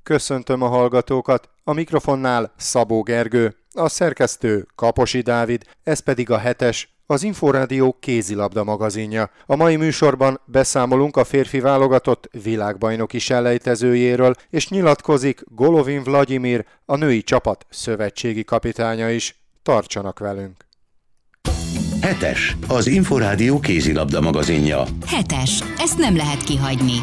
Köszöntöm a hallgatókat, a mikrofonnál Szabó Gergő, a szerkesztő Kaposi Dávid, ez pedig a Hetes, az Inforádió kézilabda magazinja. A mai műsorban beszámolunk a férfi válogatott világbajnoki selejtezőjéről, és nyilatkozik Golovin Vladimir, a női csapat szövetségi kapitánya is. Tartsanak velünk! Hetes, az Inforádió kézilabda magazinja. Hetes, ezt nem lehet kihagyni.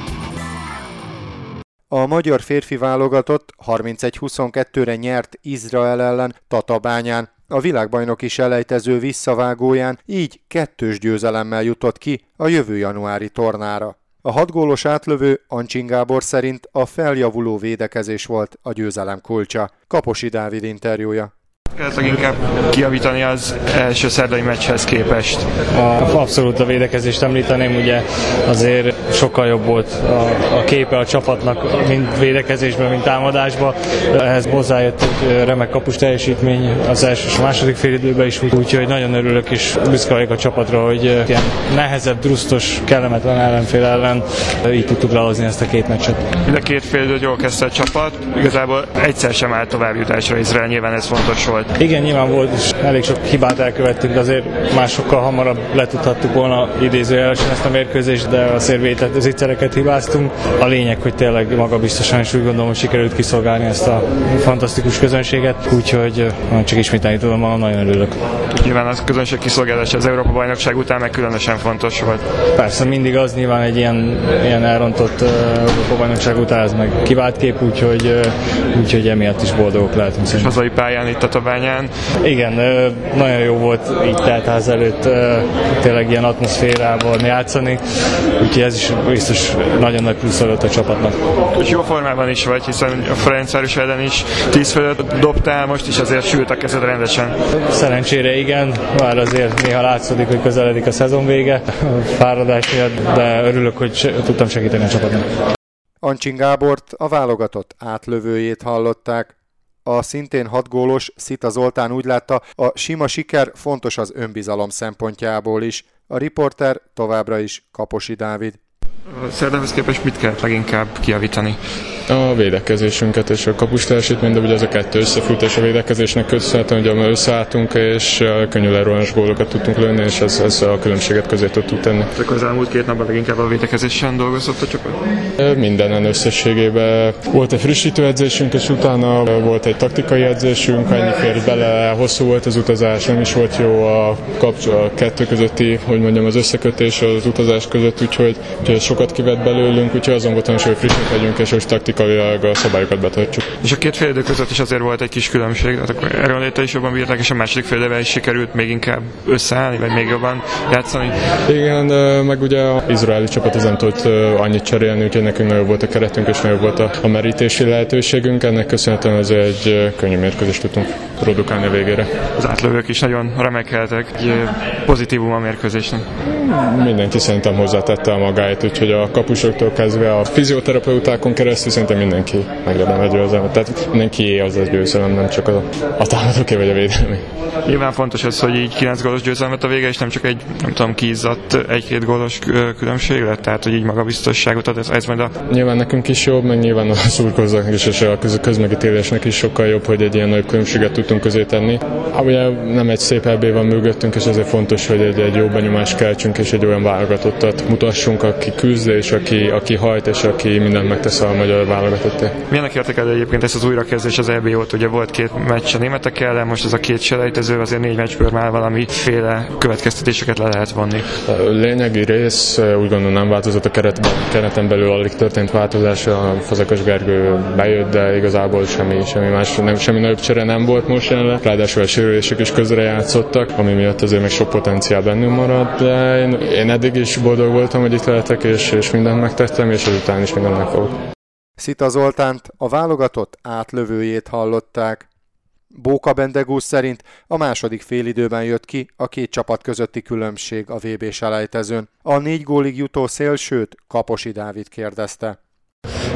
A magyar férfi válogatott 31-22-re nyert Izrael ellen Tatabányán, a világbajnoki selejtező visszavágóján, így 2-2 győzelemmel jutott ki a jövő januári tornára. A 6 gólos átlövő Ancsin Gábor szerint a feljavuló védekezés volt a győzelem kulcsa. Kaposi Dávid interjúja. Inkább kijavítani az első szerdai meccshez képest. Abszolút a védekezést említeném, ugye azért sokkal jobb volt a képe a csapatnak, mind védekezésben, mind támadásban. Ehhez hozzájött egy remek kapus teljesítmény az első és a második félidőben is, úgyhogy nagyon örülök és büszke vagyok a csapatra, hogy ilyen nehezebb, drusztos, kellemetlen ellenfél ellen így tudtuk lehozni ezt a két meccset. Mind a két félidőt jól kezdte a csapat, igazából egyszer sem állt továbbjutásra Izrael, nyilván ez fontos volt. Igen, nyilván volt, és elég sok hibát elkövettünk, azért másokkal hamarabb letudhattuk volna idézőjelesen ezt a mérkőzést, de azért vétett zicsereket hibáztunk. A lényeg, hogy tényleg magabiztosan, és úgy gondolom, hogy sikerült kiszolgálni ezt a fantasztikus közönséget, úgyhogy csak ismételni tudom, nagyon örülök. Nyilván a közönség kiszolgálása az Európa-bajnokság után meg különösen fontos volt. Persze, mindig az, nyilván egy ilyen elrontott Európa-bajnokság után ez meg kivált kép, úgyhogy emiatt is boldogok lehetünk. És hazai pályán itt a Tatabányán. Igen, nagyon jó volt így teltház előtt tényleg ilyen atmoszférában játszani, úgyhogy ez is biztos nagyon nagy plusz adott a csapatnak. És jó formában is vagy, hiszen a Ferencváros ellen is 10 fölött dobtál, most is azért sült a kezed rendesen. Szerencsére igen, már azért néha látszódik, hogy közeledik a szezon vége, fáradás miatt, de örülök, hogy tudtam segíteni a csapatnak. Ancsin Gábort, a válogatott átlövőjét hallották. A szintén 6 gólos Szita Zoltán úgy látta, a sima siker fontos az önbizalom szempontjából is. A riporter továbbra is Kaposi Dávid. A szerdához képest mit kellett leginkább kijavítani? A védekezésünket és a kapus teljesítmény, de ugye ez a kettő összefügg, és a védekezésnek köszönhetően, hogy összeálltunk, és könnyű lerolás gólokat tudtunk lőni, és ez a különbséget közé tudtuk tenni. Akkor az elmúlt 2 napban leginkább a védekezésen dolgozott a csapat? Mindenen összességében volt egy frissítő edzésünk, és utána volt egy taktikai edzésünk, ennyi fér bele, hosszú volt az utazás, nem is volt jó a kettő közötti, hogy mondjam, az összekötés az utazás között, úgyhogy sokat kivett belőlünk, úgyhogy azon voltam, hogy frissek legyünk, és most taktikailag a szabályokat betartjuk. És a két félidő között is azért volt egy kis különbség, tehát akkor erőnléte is jobban bírták, és a második félidővel is sikerült még inkább összeállni, vagy még jobban játszani. Igen, meg ugye az izraeli csapat ezen tudott annyit cserélni, úgyhogy nekünk nagyobb volt a keretünk, és nagyobb volt a merítési lehetőségünk, ennek köszönhetően az egy könnyű mérkőzést tudtunk produkálni a végére. Az átlövők is nagyon remekeltek, egy pozitívum a mérkőzésnek. Mindenki szerintem hozzátette a magáit, úgyhogy a kapusoktól kezdve a fizioterapeutákon keresztül szerintem mindenki megérdemel egy győzelmet. Tehát mindenki az a győzelem, nem csak a támadóké vagy a védelmi. Nyilván fontos ez, hogy így 9 gólos győzelmet a vége, és nem csak egy, nem tudom, kiizzadt 1-2 gólos különbség lett, tehát hogy így magabiztosságot ad, ez majd a... Nyilván nekünk is jobb, meg nyilván a szurkolóknak is, és a közmegítélésnek is sokkal jobb, hogy egy ilyen nagyobb különbséget tudtunk közé tenni. Ugye nem egy szép EB van mögöttünk, és ezért fontos, hogy egy jó benyomást keltsünk, és egy olyan válogatottat mutassunk, aki küzd, és aki hajt, és aki mindent megtesz a magyar válogatottért. Milyennek értékeled egyébként ezt az újrakezdés az EB óta? Ugye volt 2 meccs a németek ellen, most ez a 2 selejtező, azért 4 meccskör már valamiféle következtetéseket le lehet vonni. A lényegi rész úgy gondolom nem változott, a kereten belül alig történt változás, a Fazekas Gergő bejött, de igazából semmi nagyobb csere nem volt most jelenleg. Ráadásul a sérülések is közre játszottak, ami miatt azért még sok potenciál bennünk maradt, de én eddig is boldog voltam, hogy itt lehetek, és mindent megtettem, és ezután is mindent meg fogok. Szita Zoltánt, a válogatott átlövőjét hallották. Bóka Bendegúz szerint a második félidőben jött ki a két csapat közötti különbség a VB selejtezőn. A 4 gólig jutó szélsőt Kaposi Dávid kérdezte.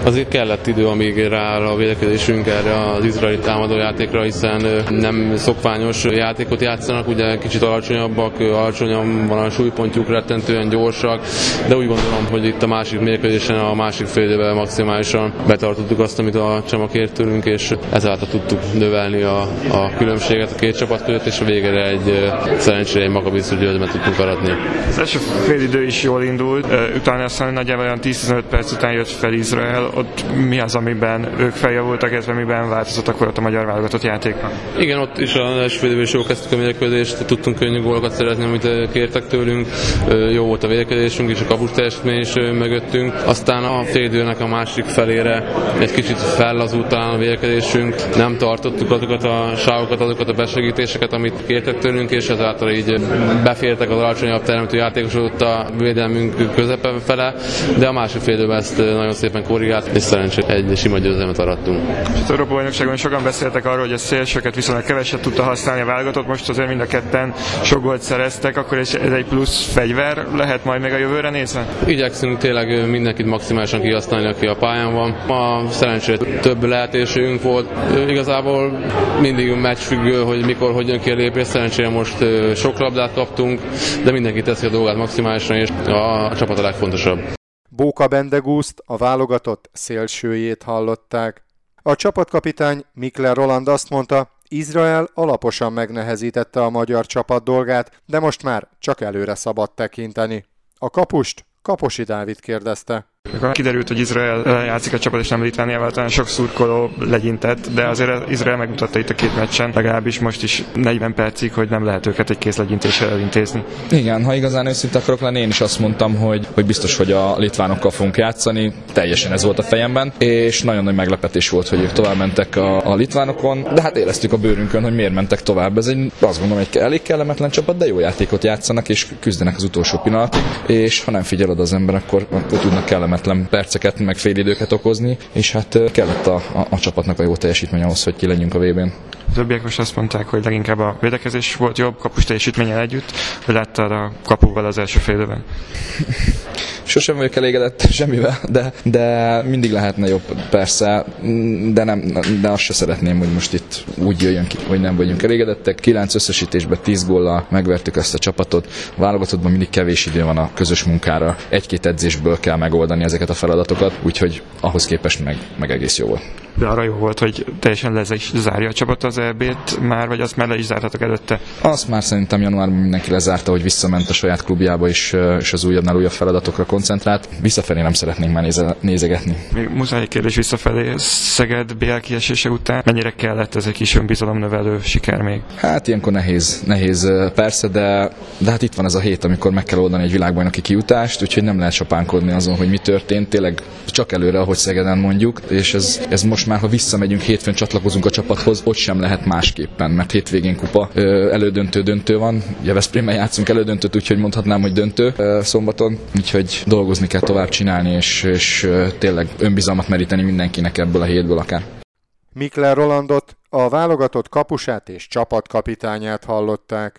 Azért kellett idő, amíg rááll a védekezésünk erre az izraeli támadójátékra, hiszen nem szokványos játékot játszanak, ugye kicsit alacsonyabbak, alacsonyan van a súlypontjuk, rettentően gyorsak, de úgy gondolom, hogy itt a másik mérkőzésen, a másik fél időben maximálisan betartottuk azt, amit a Csama kért tőlünk, és ezáltal tudtuk növelni a különbséget a két csapat között, és a végére szerencsére egy Maccabi győzelmet tudtunk aratni. Az első félidő is jól indult, utána aztán nagyjából olyan 10-15 perc után jött fel Izrael. Ott mi az, amiben ők feljavultak, illetve miben változott akkor ott a magyar válogatott játékban? Igen, ott is az első félidőben is jól kezdtük a mérkőzést, tudtunk könnyű gólokat szerezni, amit kértek tőlünk. Jó volt a védekezésünk és a kapus teljesítmény is mögöttünk. Aztán a félidőnek a másik felére egy kicsit fellazult talán a védekezésünk. Nem tartottuk azokat a sávokat, azokat a besegítéseket, amit kértek tőlünk, és ezáltal így befértek az alacsonyabb teremtő játékosok ott a védelmünk közepe fele, de a másik fél időben ezt nagyon szépen korrigált, és szerencsére egy sima győzelmet arattunk. Az Európa-bajnokságon sokan beszéltek arról, hogy a szélsőket viszonylag keveset tudta használni a válogatott, most azért mind a ketten sok gólt szereztek, akkor ez egy plusz fegyver lehet majd még a jövőre nézve? Igyekszünk tényleg mindenkit maximálisan kihasználni, aki a pályán van. A szerencsére több lehetőségünk volt. Igazából mindig meccsfüggő, hogy mikor, hogy jön ki a lépés. Szerencsére most sok labdát kaptunk, de mindenki teszi a dolgát maximálisan, és a csapat a legfontosabb. Bóka Bendegúzt, a válogatott szélsőjét hallották. A csapatkapitány Mikler Roland azt mondta, Izrael alaposan megnehezítette a magyar csapat dolgát, de most már csak előre szabad tekinteni. A kapust Kaposi Dávid kérdezte. Amikor kiderült, hogy Izrael játszik a csapat és nem Litvániával, talán sok szurkoló legyintett, de azért Izrael megmutatta itt a két meccsen, legalábbis most is 40 percig, hogy nem lehet őket egy kézlegyintéssel elintézni. Igen, ha igazán őszinte akarok lenni, én is azt mondtam, hogy biztos, hogy a litvánokkal fogunk játszani, teljesen ez volt a fejemben, és nagyon nagy meglepetés volt, hogy ők tovább mentek a litvánokon, de hát éreztük a bőrünkön, hogy miért mentek tovább. Ez azt gondolom, egy elég kellemetlen csapat, de jó játékot játszanak, és küzdenek az utolsó pillanatig, és ha nem figyel oda az ember, akkor tudnak kellemetlen perceket, meg félidőket okozni, és hát kellett a csapatnak a jó teljesítmény ahhoz, hogy ki legyünk a VB-n. A többiek most azt mondták, hogy leginkább a védekezés volt jobb, kapus teljesítménnyel együtt, hogy láttad a kapuval az első fél időben? Sosem vagyok elégedett semmivel, de mindig lehetne jobb, persze, de azt se szeretném, hogy most itt úgy jöjjön ki, hogy nem vagyunk elégedettek. 9 összesítésben 10 góllal megvertük ezt a csapatot. A válogatottban mindig kevés idő van a közös munkára. 1-2 edzésből kell megoldani ezeket a feladatokat, úgyhogy ahhoz képest meg egész jó volt. De arra jó volt, hogy teljesen le is zárja a csapat az EB-t már, vagy azt már le is zártatok előtte? Azt már szerintem januárban mindenki lezárta, hogy visszament a saját klubjába és az újabbnál újabb feladatokra koncentrált. Visszafelé nem szeretnénk már nézegetni. Még muszáj egy kérdés visszafelé. Szeged BL kiesése után mennyire kellett ez egy kis önbizalomnövelő siker még? Hát ilyenkor nehéz persze, de hát itt van ez a hét, amikor meg kell oldani egy világbajnoki kijutást, úgyhogy nem lehet sopánkodni azon, hogy mi történt. Tényleg csak előre, ahogy Szegeden mondjuk, és ez most már, ha visszamegyünk hétfőn, csatlakozunk a csapathoz, ott sem lehet másképpen, mert hétvégén kupa, döntő van. Ugye Veszprémben játszunk elődöntőt, úgyhogy mondhatnám, hogy döntő szombaton, úgyhogy dolgozni kell, tovább csinálni, és tényleg önbizalmat meríteni mindenkinek ebből a hétből akár. Mikler Rolandot, a válogatott kapusát és csapatkapitányát hallották.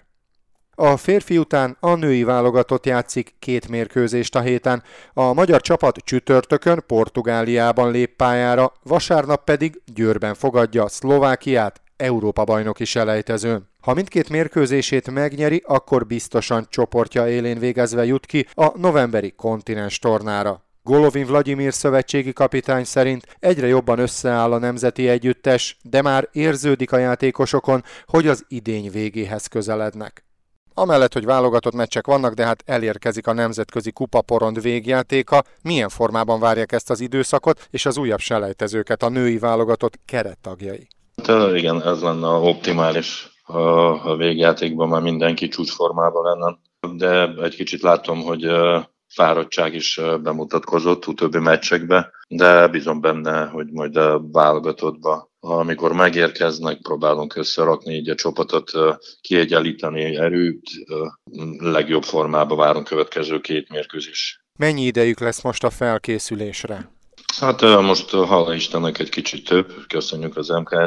A férfi után a női válogatott játszik 2 mérkőzést a héten, a magyar csapat csütörtökön Portugáliában lép pályára, vasárnap pedig Győrben fogadja Szlovákiát Európa-bajnoki selejtezőn. Ha mindkét mérkőzését megnyeri, akkor biztosan csoportja élén végezve jut ki a novemberi kontinens tornára. Golovin Vladimir szövetségi kapitány szerint egyre jobban összeáll a nemzeti együttes, de már érződik a játékosokon, hogy az idény végéhez közelednek. Amellett, hogy válogatott meccsek vannak, de hát elérkezik a nemzetközi kupaporond végjátéka, milyen formában várják ezt az időszakot és az újabb selejtezőket a női válogatott kerettagjai? Igen, ez lenne optimális, a végjátékban már mindenki csúcsformában lenne, de egy kicsit látom, hogy fáradtság is bemutatkozott utóbbi meccsekbe, de bízom benne, hogy majd a válogatottba, amikor megérkeznek, próbálunk összerakni így a csapatot, kiegyenlíteni erőt, legjobb formába várunk következő 2 mérkőzés. Mennyi idejük lesz most a felkészülésre? Hát most hála Istennek egy kicsit több, köszönjük az MKS-nek,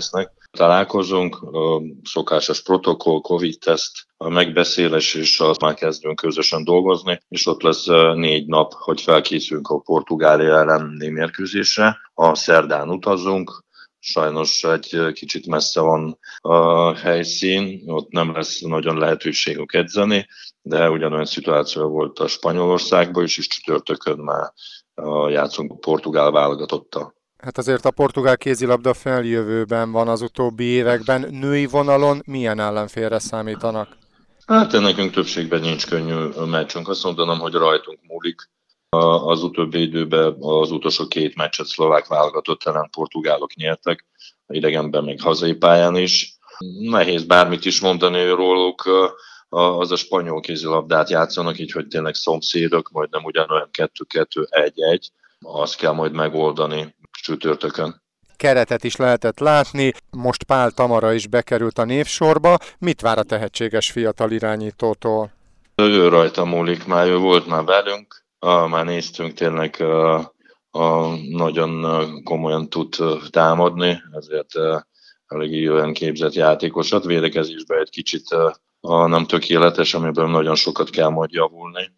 találkozunk, szokásos protokoll, Covid-teszt, a megbeszélés, és azt már kezdünk közösen dolgozni, és ott lesz 4 nap, hogy felkészülünk a Portugália elleni mérkőzésre. A szerdán utazunk, sajnos egy kicsit messze van a helyszín, ott nem lesz nagyon lehetőségük edzeni, de ugyanolyan szituáció volt a Spanyolországban is, és csütörtökön már játszunk a portugál válogatottal. Hát azért a portugál kézilabda feljövőben van az utóbbi években. Női vonalon milyen ellenfélre számítanak? Hát nekünk többségben nincs könnyű meccsünk. Azt mondanom, hogy rajtunk múlik. Az utóbbi időben az utolsó 2 meccset szlovák válogatott ellen portugálok nyertek, idegenben még hazai pályán is. Nehéz bármit is mondani róluk, az a spanyol kézilabdát játszanak, így hogy tényleg szomszédok, majd nem ugyanolyan 2-2-1-1. Azt kell majd megoldani csütörtökön. Keretet is lehetett látni, most Pál Tamara is bekerült a névsorba. Mit vár a tehetséges fiatal irányítótól? Ő rajta múlik, már ő volt már velünk, már néztünk, tényleg nagyon komolyan tud támadni, ezért elég olyan képzett játékosat, védekezésben egy kicsit nem tökéletes, amiből nagyon sokat kell majd javulni,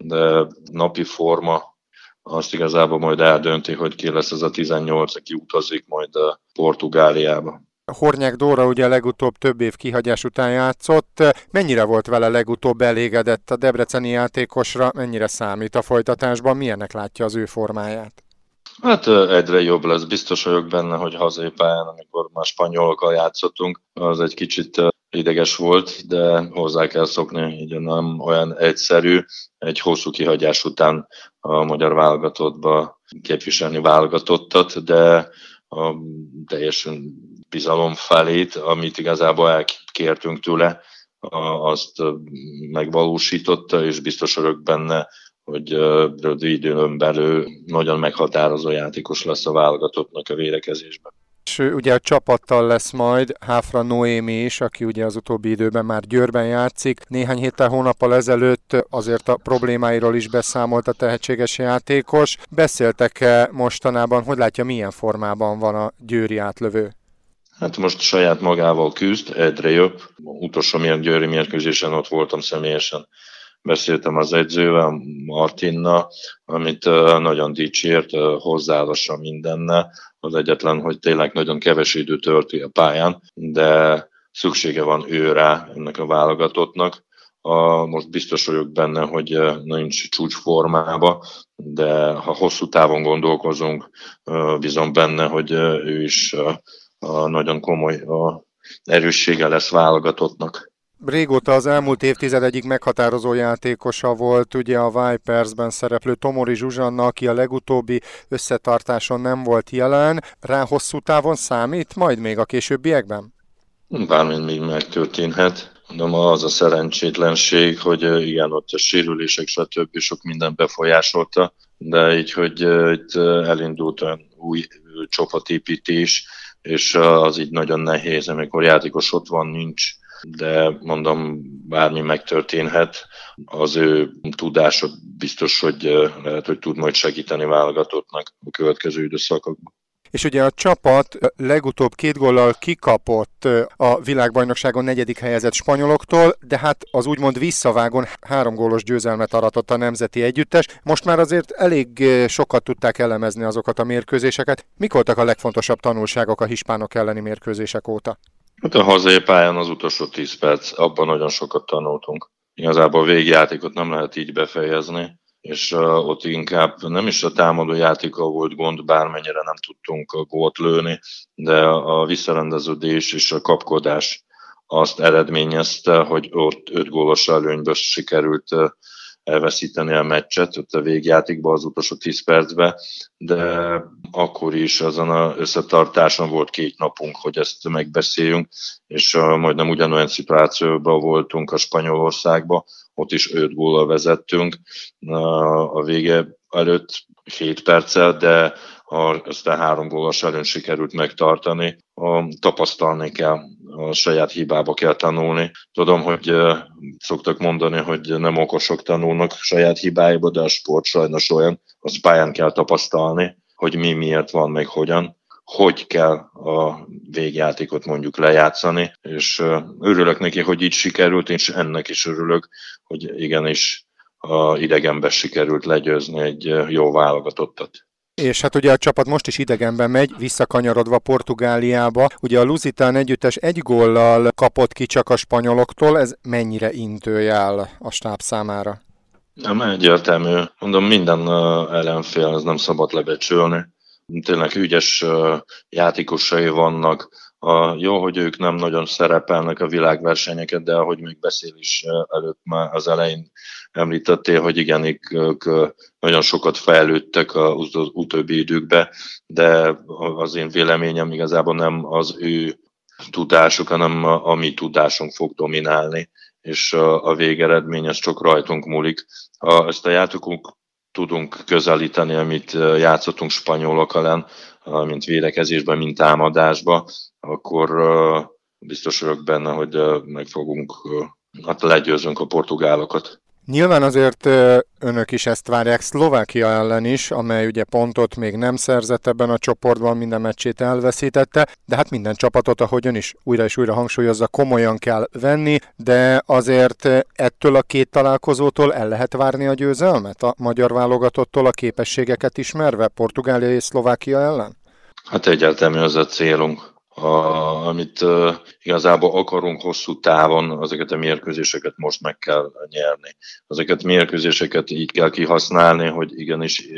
de napi forma azt igazából majd eldönti, hogy ki lesz ez a 18, aki utazik majd Portugáliába. Hornyák Dóra ugye legutóbb több év kihagyás után játszott. Mennyire volt vele legutóbb elégedett a debreceni játékosra? Mennyire számít a folytatásban? Milyennek látja az ő formáját? Hát egyre jobb lesz. Biztos vagyok benne, hogy hazai pályán, amikor már spanyolokkal játszottunk, az egy kicsit ideges volt, de hozzá kell szokni, így nem olyan egyszerű egy hosszú kihagyás után a magyar válogatottba képviselni válogatottat, de a teljesen bizalom felét, amit igazából elkértünk tőle, azt megvalósította, és biztos vagyok benne, hogy rövid időn belül nagyon meghatározó játékos lesz a válogatottnak a védekezésben. És ugye a csapattal lesz majd Háfra Noémi is, aki ugye az utóbbi időben már Győrben játszik. Néhány héttel, hónappal ezelőtt azért a problémáiról is beszámolt a tehetséges játékos. Beszéltek-e mostanában, hogy látja, milyen formában van a győri átlövő? Hát most saját magával küzd, egyre jobb. Utolsó győri mérkőzésen ott voltam személyesen. Beszéltem az edzővel, Martinnal, amit nagyon dicsért, hozzáállása mindennel. Az egyetlen, hogy tényleg nagyon keves idő tölti a pályán, de szüksége van ő rá ennek a válogatottnak. Most biztos vagyok benne, hogy nincs csúcsformába, de ha hosszú távon gondolkozunk, bízom benne, hogy ő is nagyon komoly erőssége lesz válogatottnak. Régóta az elmúlt évtized egyik meghatározó játékosa volt ugye a Vipersben szereplő Tomori Zsuzsanna, aki a legutóbbi összetartáson nem volt jelen. Rá hosszú távon számít, majd még a későbbiekben? Bármint még megtörténhet. De ma az a szerencsétlenség, hogy igen, ott a sérülések, stb. Sok minden befolyásolta, de így, hogy itt elindult olyan új csapatépítés, és az így nagyon nehéz, amikor játékos ott van, nincs, de mondom, bármi megtörténhet. Az ő tudása biztos, hogy lehet, hogy tud majd segíteni válogatottnak a következő időszakokban. És ugye a csapat legutóbb 2 góllal kikapott a világbajnokságon 4. helyezett spanyoloktól, de hát az úgymond visszavágon 3 gólos győzelmet aratott a nemzeti együttes. Most már azért elég sokat tudták elemezni azokat a mérkőzéseket. Mik voltak a legfontosabb tanulságok a hispánok elleni mérkőzések óta? Hát a hazai pályán az utolsó 10 perc, abban nagyon sokat tanultunk. Igazából a végjátékot nem lehet így befejezni, és ott inkább nem is a támadó játéka volt gond, bármennyire nem tudtunk gólt lőni, de a visszarendeződés és a kapkodás azt eredményezte, hogy ott 5 gólos előnyből sikerült elveszíteni a meccset, ott a végjátékban az utolsó 10 percben, de akkor is azon az összetartáson volt 2 napunk, hogy ezt megbeszéljünk, és majdnem ugyanolyan szituációban voltunk a Spanyolországban, ott is 5 góllal vezettünk a vége előtt 7 perccel, de aztán 3 gólos előn sikerült megtartani. Tapasztalni kell, a saját hibába kell tanulni. Tudom, hogy szoktak mondani, hogy nem okosok tanulnak saját hibáiba, de a sport sajnos olyan, azt pályán kell tapasztalni, hogy mi miért van, meg hogyan. hogy kell a végjátékot mondjuk lejátszani, és örülök neki, hogy így sikerült, és ennek is örülök, hogy igenis idegenben sikerült legyőzni egy jó válogatottat. És hát ugye a csapat most is idegenben megy, visszakanyarodva Portugáliába. Ugye a Lusitán együttes 1 góllal kapott ki csak a spanyoloktól, ez mennyire intőjel a stáb számára? Nem egyértelmű. Mondom, minden ellenfél, ez nem szabad lebecsülni. Tényleg ügyes játékosai vannak. Jó, hogy ők nem nagyon szerepelnek a világversenyeket, de ahogy még beszél is előtt már az elején említettél, hogy igen, ők nagyon sokat fejlődtek az utóbbi időkben, de az én véleményem igazából nem az ő tudásuk, hanem a mi tudásunk fog dominálni, és a végeredmény ez csak rajtunk múlik. Ha ezt a játékunk tudunk közelíteni, amit játszottunk spanyolok ellen, mint védekezésben, mint támadásban, akkor biztos vagyok benne, hogy legyőzünk a portugálokat. Nyilván azért önök is ezt várják Szlovákia ellen is, amely ugye pontot még nem szerzett ebben a csoportban, minden meccsét elveszítette, de hát minden csapatot, ahogy ön is újra és újra hangsúlyozza, komolyan kell venni, de azért ettől a 2 találkozótól el lehet várni a győzelmet a magyar válogatottól a képességeket ismerve Portugália és Szlovákia ellen? Hát egyáltalán az a célunk. Amit igazából akarunk hosszú távon, ezeket a mérkőzéseket most meg kell nyerni. Ezeket a mérkőzéseket így kell kihasználni, hogy igenis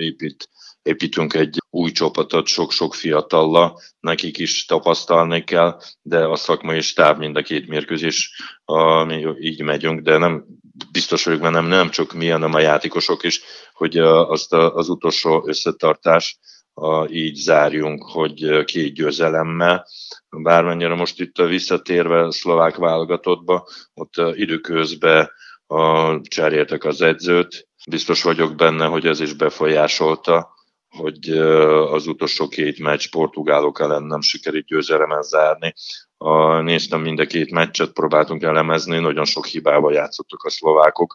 építünk egy új csapatot sok-sok fiatallal, nekik is tapasztalni kell, de a szakmai stáb mind a 2 mérkőzés, mi így megyünk, de nem biztos vagyok benne, nem csak mi, hanem a játékosok is, hogy azt az utolsó összetartás így zárjunk, hogy 2 győzelemmel. Bármennyire most itt visszatérve a szlovák válogatottba, ott időközben cseréltek az edzőt. Biztos vagyok benne, hogy ez is befolyásolta, hogy az utolsó 2 meccs portugálok ellen nem sikerült győzelemmel zárni. Néztem mind a 2 meccset, próbáltunk elemezni, nagyon sok hibával játszottak a szlovákok,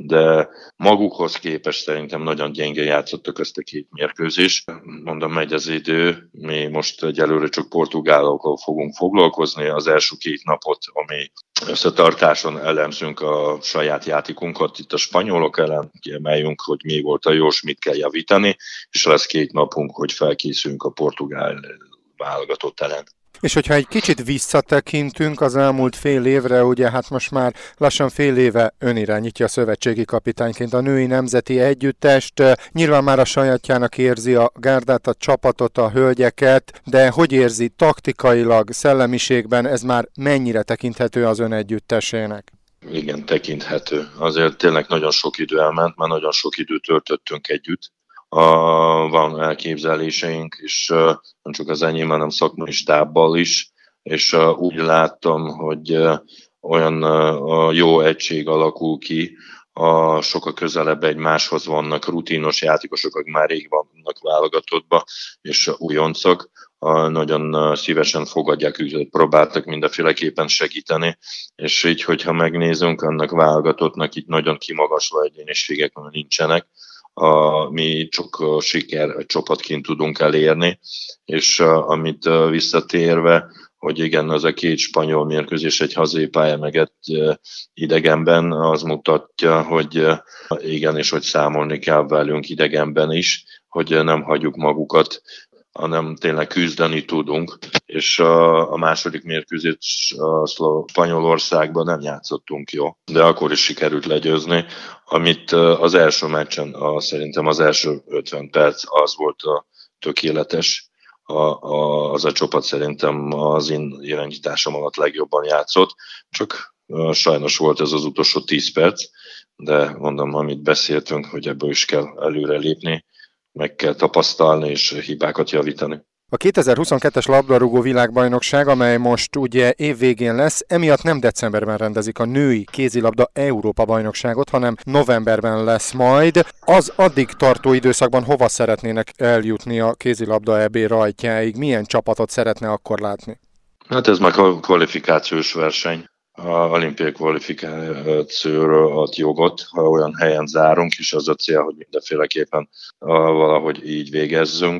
de magukhoz képest szerintem nagyon gyenge játszottak ezt a 2 mérkőzést. Mondom, megy az idő, mi most egyelőre csak portugálokkal fogunk foglalkozni. Az első 2 napot, ami összetartáson elemzünk a saját játékunkat, itt a spanyolok ellen kiemeljünk, hogy mi volt a jó, és mit kell javítani, és lesz 2 napunk, hogy felkészülünk a portugál válogatott ellen. És hogyha egy kicsit visszatekintünk az elmúlt fél évre, ugye hát most már lassan fél éve ön irányítja a szövetségi kapitányként a női nemzeti együttest, nyilván már a sajátjának érzi a gárdát, a csapatot, a hölgyeket, de hogy érzi taktikailag, szellemiségben, ez már mennyire tekinthető az ön együttesének? Igen, tekinthető. Azért tényleg nagyon sok idő elment, már nagyon sok időt töltöttünk együtt. Van elképzeléseink, és nem csak az enyém, hanem szakmai stábbal is, és úgy láttam, hogy olyan jó egység alakul ki, sokkal közelebb egymáshoz vannak rutinos játékosok, akik már rég vannak válogatottba, és újoncok, nagyon szívesen fogadják őket, próbáltak mindenféleképpen segíteni, és így, hogyha megnézünk, annak válogatottnak itt nagyon kimagasló egyéniségek nincsenek, mi csak siker csapatként tudunk elérni, és amit visszatérve, hogy igen, az a 2 spanyol mérkőzés egy hazai pálya meg egy idegenben, az mutatja, hogy igen, és hogy számolni kell velünk idegenben is, hogy nem hagyjuk magukat, hanem tényleg küzdeni tudunk, és a második mérkőzés Spanyolországban nem játszottunk jó, de akkor is sikerült legyőzni, amit az első meccsen, szerintem az első 50 perc az volt a tökéletes, az a csapat szerintem az én irányításom alatt legjobban játszott, csak sajnos volt ez az utolsó 10 perc, de mondom, amit beszéltünk, hogy ebből is kell előrelépni, meg kell tapasztalni és hibákat javítani. A 2022-es labdarúgó világbajnokság, amely most ugye évvégén lesz, emiatt nem decemberben rendezik a női kézilabda Európa-bajnokságot, hanem novemberben lesz majd. Az addig tartó időszakban hova szeretnének eljutni a kézilabda EB rajtjáig? Milyen csapatot szeretne akkor látni? Hát ez már a kvalifikációs verseny. A olimpiai kvalifikációra ad jogot, ha olyan helyen zárunk, és az a cél, hogy mindenféleképpen valahogy így végezzünk.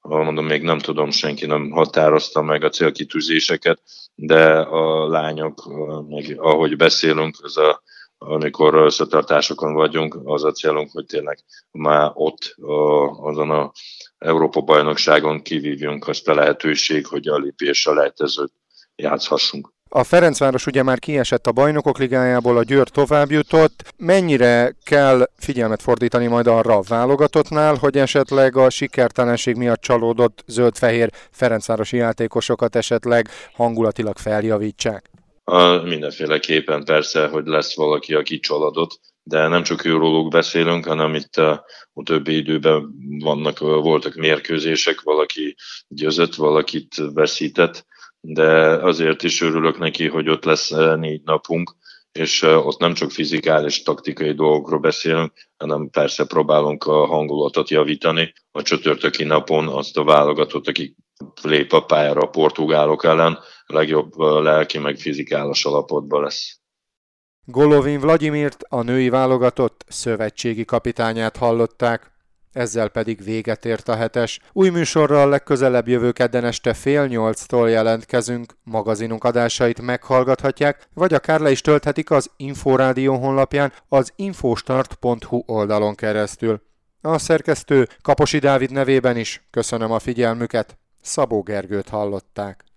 mondom, még nem tudom, senki nem határozta meg a célkitűzéseket, de a lányok, meg ahogy beszélünk, amikor összetartásokon vagyunk, az a célunk, hogy tényleg már ott azon a Európa-bajnokságon kivívjunk azt a lehetőség, hogy a lépésre lejtezőt játszhassunk. A Ferencváros ugye már kiesett a Bajnokok Ligájából, a Győr tovább jutott. Mennyire kell figyelmet fordítani majd arra a válogatottnál, hogy esetleg a sikertelenség miatt csalódott zöld-fehér ferencvárosi játékosokat esetleg hangulatilag feljavítsák? Mindenféleképpen persze, hogy lesz valaki, aki csalódott, de nem csak őróluk beszélünk, hanem itt a többi időben voltak mérkőzések, valaki győzött, valakit veszített, de azért is örülök neki, hogy ott lesz 4 napunk, és ott nem csak fizikális, taktikai dolgokról beszélünk, hanem persze próbálunk a hangulatot javítani. A csütörtöki napon azt a válogatott, aki lép a pályára a portugálok ellen, legjobb lelki meg fizikális alapotban lesz. Golovin Vladimirt, a női válogatott szövetségi kapitányát hallották. Ezzel pedig véget ért a hetes. Új műsorral legközelebb jövő kedden este 7:30-tól jelentkezünk. Magazinunk adásait meghallgathatják, vagy akár le is tölthetik az Inforádió honlapján, az infostart.hu oldalon keresztül. A szerkesztő Kaposi Dávid nevében is köszönöm a figyelmüket. Szabó Gergőt hallották.